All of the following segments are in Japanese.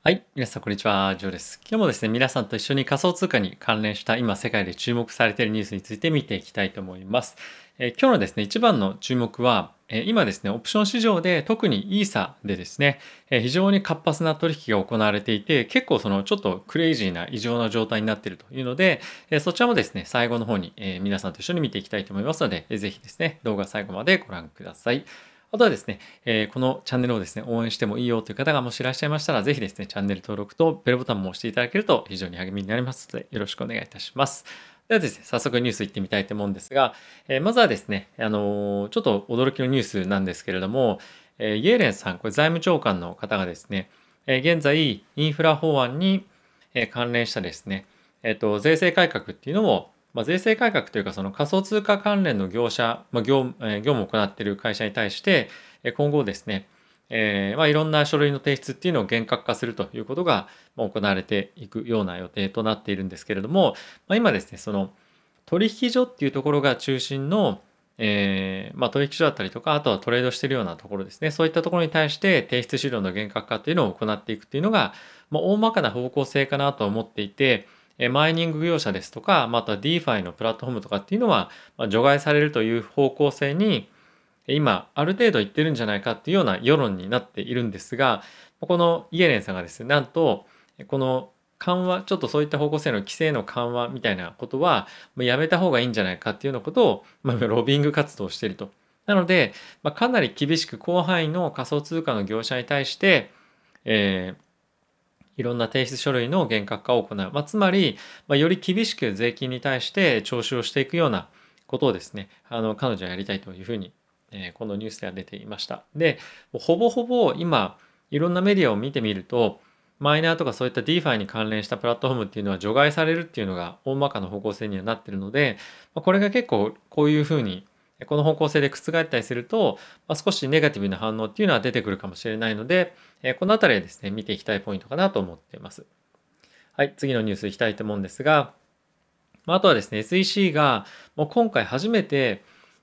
はい、皆さんこんにちは、ジョーです。今日もですね、皆さんと一緒に仮想通貨に関連した今世界で注目されているニュースについて見ていきたいと思います。今日のですね、一番の注目は、今ですね、オプション市場で特にイーサでですね、非常に活発な取引が行われていて、結構そのちょっとクレイジーな異常な状態になっているというので、そちらもですね、最後の方に、皆さんと一緒に見ていきたいと思いますので、ぜひですね、動画最後までご覧ください。あとはですね、このチャンネルをですね、応援してもいいよという方がもしいらっしゃいましたら、ぜひですね、チャンネル登録とベルボタンも押していただけると非常に励みになりますので、よろしくお願いいたします。ではですね、早速ニュースいってみたいと思うんですが、まずはですね、ちょっと驚きのニュースなんですけれども、イエレンさん、これ財務長官の方がですね、現在、インフラ法案に関連したですね、税制改革っていうのを税制改革というか、その仮想通貨関連の業者、業務を行っている会社に対して、今後ですね、いろんな書類の提出っていうのを厳格化するということが行われていくような予定となっているんですけれども、今ですね、その取引所っていうところが中心の、取引所だったりとか、あとはトレードしているようなところですね、そういったところに対して提出資料の厳格化っていうのを行っていくっていうのが、大まかな方向性かなと思っていて、マイニング業者ですとか、また DeFi のプラットフォームとかっていうのは、除外されるという方向性に、今、ある程度いってるんじゃないかっていうような世論になっているんですが、このイエレンさんがですね、なんと、この緩和、ちょっとそういった方向性の規制の緩和みたいなことは、やめた方がいいんじゃないかっていうようなことを、ロビング活動をしていると。なので、かなり厳しく広範囲の仮想通貨の業者に対して、えーいろんな提出書類の厳格化を行う。つまり、より厳しく税金に対して徴収をしていくようなことをですね、彼女はやりたいというふうに、このニュースでは出ていました。で、ほぼほぼ今、いろんなメディアを見てみると、マイナーとかそういった DeFi に関連したプラットフォームっていうのは除外されるっていうのが大まかな方向性にはなっているので、これが結構こういうふうにこの方向性で覆ったりすると、少しネガティブな反応っていうのは出てくるかもしれないので、このあたりでですね、見ていきたいポイントかなと思っています。はい、次のニュースいきたいと思うんですが、あとはですね、SEC がもう今回初めて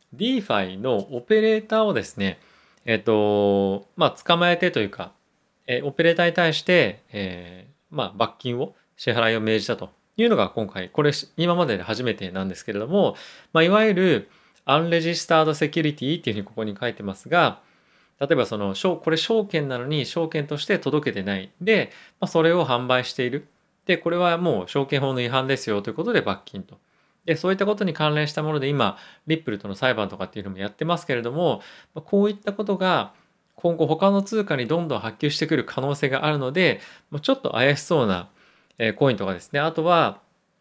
DeFi のオペレーターをですね、捕まえてというか、オペレーターに対して、罰金を支払いを命じたというのが今回、これ今までで初めてなんですけれども、いわゆるアンレジスタードセキュリティっていうふうにここに書いてますが、例えばその、これ証券なのに証券として届けてない。で、それを販売している。で、これはもう証券法の違反ですよということで罰金と。で、そういったことに関連したもので今、リップルとの裁判とかっていうのもやってますけれども、こういったことが今後他の通貨にどんどん波及してくる可能性があるので、ちょっと怪しそうなコインとかですね、あとは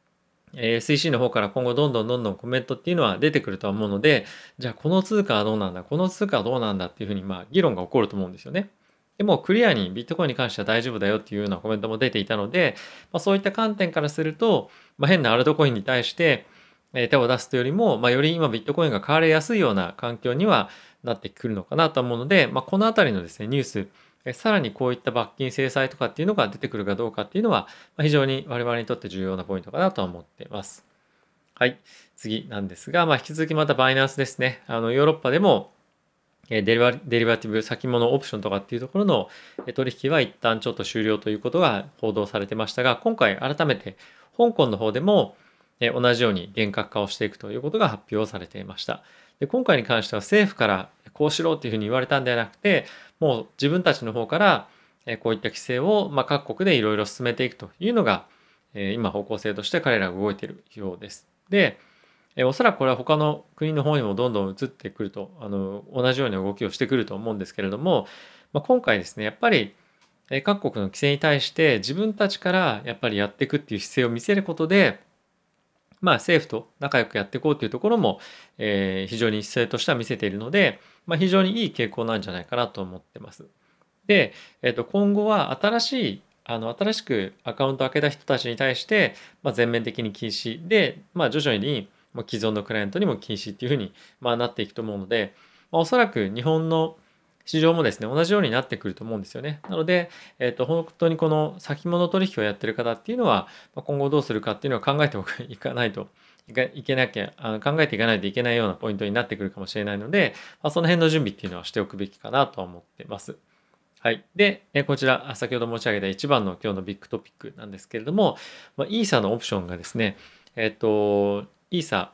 SEC の方から今後どんどんコメントっていうのは出てくるとは思うので、じゃあこの通貨はどうなんだ、この通貨はどうなんだっていうふうに議論が起こると思うんですよね。でもクリアにビットコインに関しては大丈夫だよっていうようなコメントも出ていたので、そういった観点からすると、変なアルトコインに対して手を出すというよりも、より今ビットコインが買われやすいような環境にはなってくるのかなと思うので、このあたりのですね、ニュース、さらにこういった罰金制裁とかっていうのが出てくるかどうかっていうのは、非常に我々にとって重要なポイントかなとは思っています。はい。次なんですが、引き続きまたバイナンスですね。ヨーロッパでも、デリバティブ先物オプションとかっていうところの取引は一旦ちょっと終了ということが報道されてましたが、今回改めて香港の方でも同じように厳格化をしていくということが発表されていました。で、今回に関しては政府からこうしろっていうふうに言われたんではなくて、もう自分たちの方からこういった規制を各国でいろいろ進めていくというのが今方向性として彼らが動いているようです。で、おそらくこれは他の国の方にもどんどん移ってくると、同じような動きをしてくると思うんですけれども、今回ですね、やっぱり各国の規制に対して自分たちからやっぱりやっていくっていう姿勢を見せることで、政府と仲良くやっていこうというところも、非常に姿勢としては見せているので、非常にいい傾向なんじゃないかなと思ってます。で、今後は新しくアカウントを開けた人たちに対して、全面的に禁止で、徐々に既存のクライアントにも禁止っていうふうに、なっていくと思うので、おそらく日本の市場もですね、同じようになってくると思うんですよね。なので、本当にこの先物取引をやってる方っていうのは、今後どうするかっていうのは考えていかないといけなきゃ、考えていかないといけないようなポイントになってくるかもしれないので、その辺の準備っていうのはしておくべきかなとは思ってます。 はい。で、こちら、先ほど申し上げた一番の今日のビッグトピックなんですけれども、イーサのオプションがですね、イーサ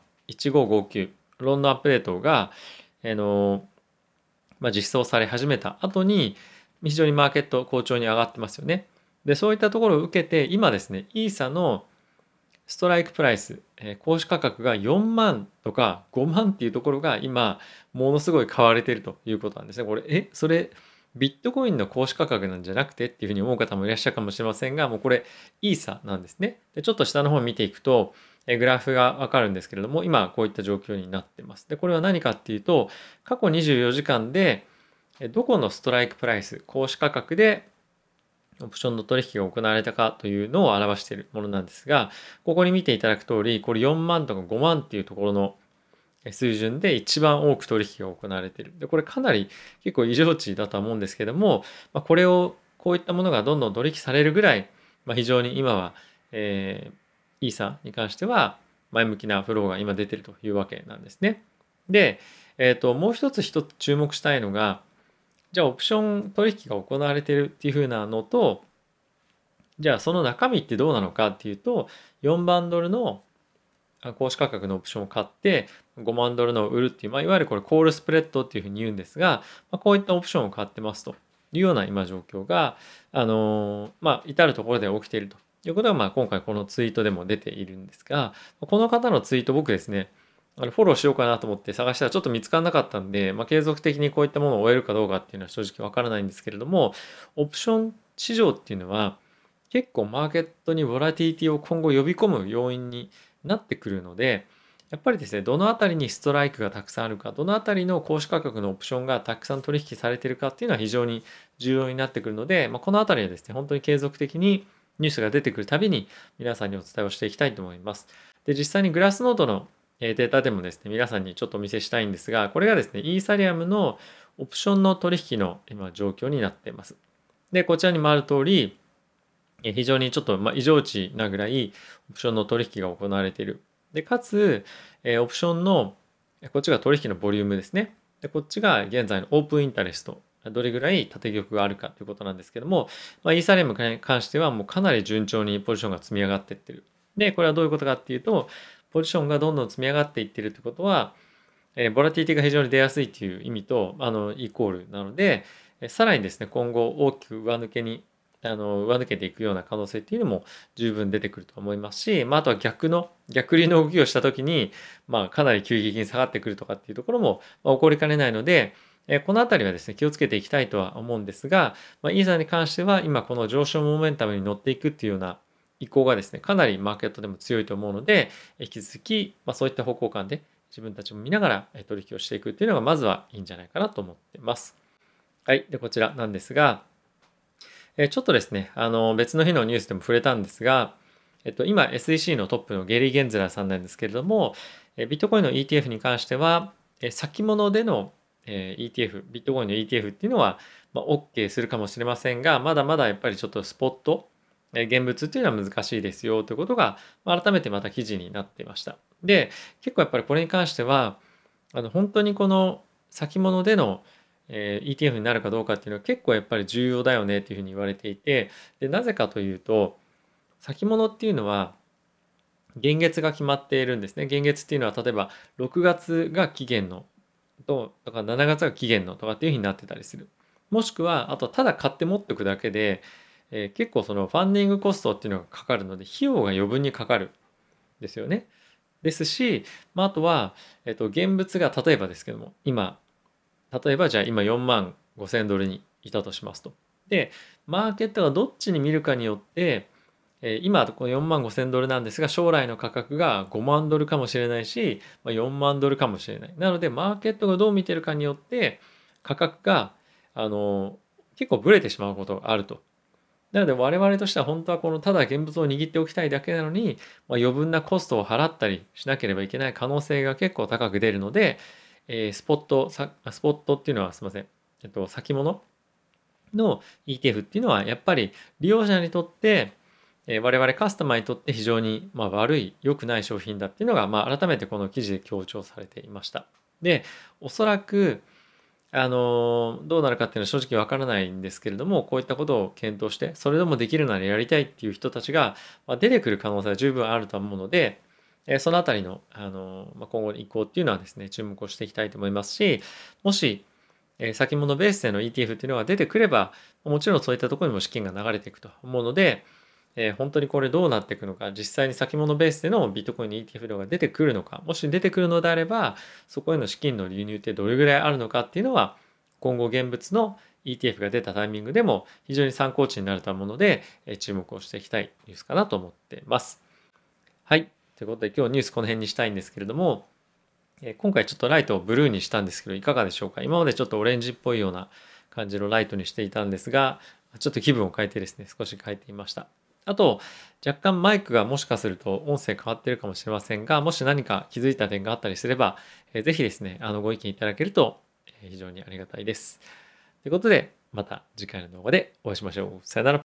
1559ロンドンアップデートが、あの、実装され始めた後に、非常にマーケット好調に上がってますよね。で、そういったところを受けて、今ですね、イーサのストライクプライス、行使価格が4万とか5万っていうところが今、ものすごい買われているということなんですね。これ、それ、ビットコインの行使価格なんじゃなくてっていうふうに思う方もいらっしゃるかもしれませんが、もうこれ、イーサなんですね。で、ちょっと下の方を見ていくと、グラフがわかるんですけれども、今こういった状況になってます。で、これは何かっていうと、過去24時間で、どこのストライクプライス、行使価格でオプションの取引が行われたかというのを表しているものなんですが、ここに見ていただく通り、これ4万とか5万っていうところの水準で一番多く取引が行われている。で、これかなり結構異常値だとは思うんですけども、これを、こういったものがどんどん取引されるぐらい、非常に今は、イーサに関しては前向きなフローが今出ているというわけなんですね。で、もう一つ注目したいのが、じゃあオプション取引が行われているっていう風なのと、じゃあその中身ってどうなのかっていうと、4万ドルの行使価格のオプションを買って5万ドルのを売るっていう、いわゆるこれコールスプレッドっていうふうに言うんですが、こういったオプションを買ってますというような今状況が、至るところで起きているということが、今回このツイートでも出ているんですが、この方のツイート僕ですね、フォローしようかなと思って探したらちょっと見つからなかったんで、継続的にこういったものを終えるかどうかっていうのは正直わからないんですけれども、オプション市場っていうのは結構マーケットにボラティリティを今後呼び込む要因になってくるので、やっぱりですね、どのあたりにストライクがたくさんあるか、どのあたりの行使価格のオプションがたくさん取引されているかっていうのは非常に重要になってくるので、このあたりはですね、本当に継続的にニュースが出てくるたびに皆さんにお伝えをしていきたいと思います。で、実際にグラスノートのデータでもですね、皆さんにちょっとお見せしたいんですが、これがですね、イーサリアムのオプションの取引の今状況になっています。で、こちらにもある通り、非常にちょっと異常値なぐらいオプションの取引が行われている。で、かつ、オプションの、こっちが取引のボリュームですね。で、こっちが現在のオープンインタレスト。どれぐらい縦玉があるかということなんですけども、イーサリアムに関してはもうかなり順調にポジションが積み上がっていってる。で、これはどういうことかっていうと、ポジションがどんどん積み上がっていってるってことは、ボラティティが非常に出やすいという意味と、イコールなので、さらにですね、今後大きく上抜けていくような可能性っていうのも十分出てくると思いますし、あとは逆利の動きをした時に、かなり急激に下がってくるとかっていうところも、起こりかねないので、このあたりはですね、気をつけていきたいとは思うんですが、イーサに関しては今この上昇モメンタムに乗っていくっていうような意向がですね、かなりマーケットでも強いと思うので、引き続き、そういった方向感で自分たちも見ながら取引をしていくっていうのがまずはいいんじゃないかなと思ってます。はい。で、こちらなんですが、ちょっとですね、別の日のニュースでも触れたんですが、今 SEC のトップのゲリー・ゲンズラーさんなんですけれども、ビットコインの ETF に関しては、先物での ETF、ビットコインの ETF っていうのは、OK するかもしれませんが、まだまだやっぱりちょっとスポット、現物っていうのは難しいですよということが、改めてまた記事になっていました。で、結構やっぱりこれに関しては、本当にこの先物でのETF になるかどうかっていうのは結構やっぱり重要だよねっていうふうに言われていて、で、なぜかというと、先物っていうのは現月が決まっているんですね。現月っていうのは例えば6月が期限のとか7月が期限のとかっていうふうになってたりする。もしくは、あとただ買って持っておくだけで、結構そのファンディングコストっていうのがかかるので、費用が余分にかかるんですよね。ですし、あとは、現物が例えばですけども、例えばじゃあ今4万5千ドルにいたとしますと。で、マーケットがどっちに見るかによって、今この4万5千ドルなんですが、将来の価格が5万ドルかもしれないし、4万ドルかもしれない。なので、マーケットがどう見てるかによって、価格が、あの、結構ブレてしまうことがあると。なので我々としては本当はこのただ現物を握っておきたいだけなのに、余分なコストを払ったりしなければいけない可能性が結構高く出るので、スポットっていうのはすみません、先物の ETF っていうのはやっぱり利用者にとって、我々カスタマーにとって非常に悪い、良くない商品だっていうのが、改めてこの記事で強調されていました。で、おそらくどうなるかっていうのは正直わからないんですけれども、こういったことを検討して、それでもできるならやりたいっていう人たちが、出てくる可能性は十分あると思うので、そのあたりの、今後の移行っていうのはですね、注目をしていきたいと思いますし、もし、先物ベースでの ETF っていうのが出てくれば、もちろんそういったところにも資金が流れていくと思うので、本当にこれどうなっていくのか、実際に先物ベースでのビットコインの ETF 量が出てくるのか、もし出てくるのであれば、そこへの資金の流入ってどれぐらいあるのかっていうのは、今後現物の ETF が出たタイミングでも非常に参考値になると思うので、注目をしていきたいニュースかなと思っています。はい。ということで今日ニュースこの辺にしたいんですけれども、今回ちょっとライトをブルーにしたんですけど、いかがでしょうか。今までちょっとオレンジっぽいような感じのライトにしていたんですが、ちょっと気分を変えてですね、少し変えてみました。あと、若干マイクがもしかすると音声変わっているかもしれませんが、もし何か気づいた点があったりすれば、ぜひですね、ご意見いただけると非常にありがたいです。ということで、また次回の動画でお会いしましょう。さよなら。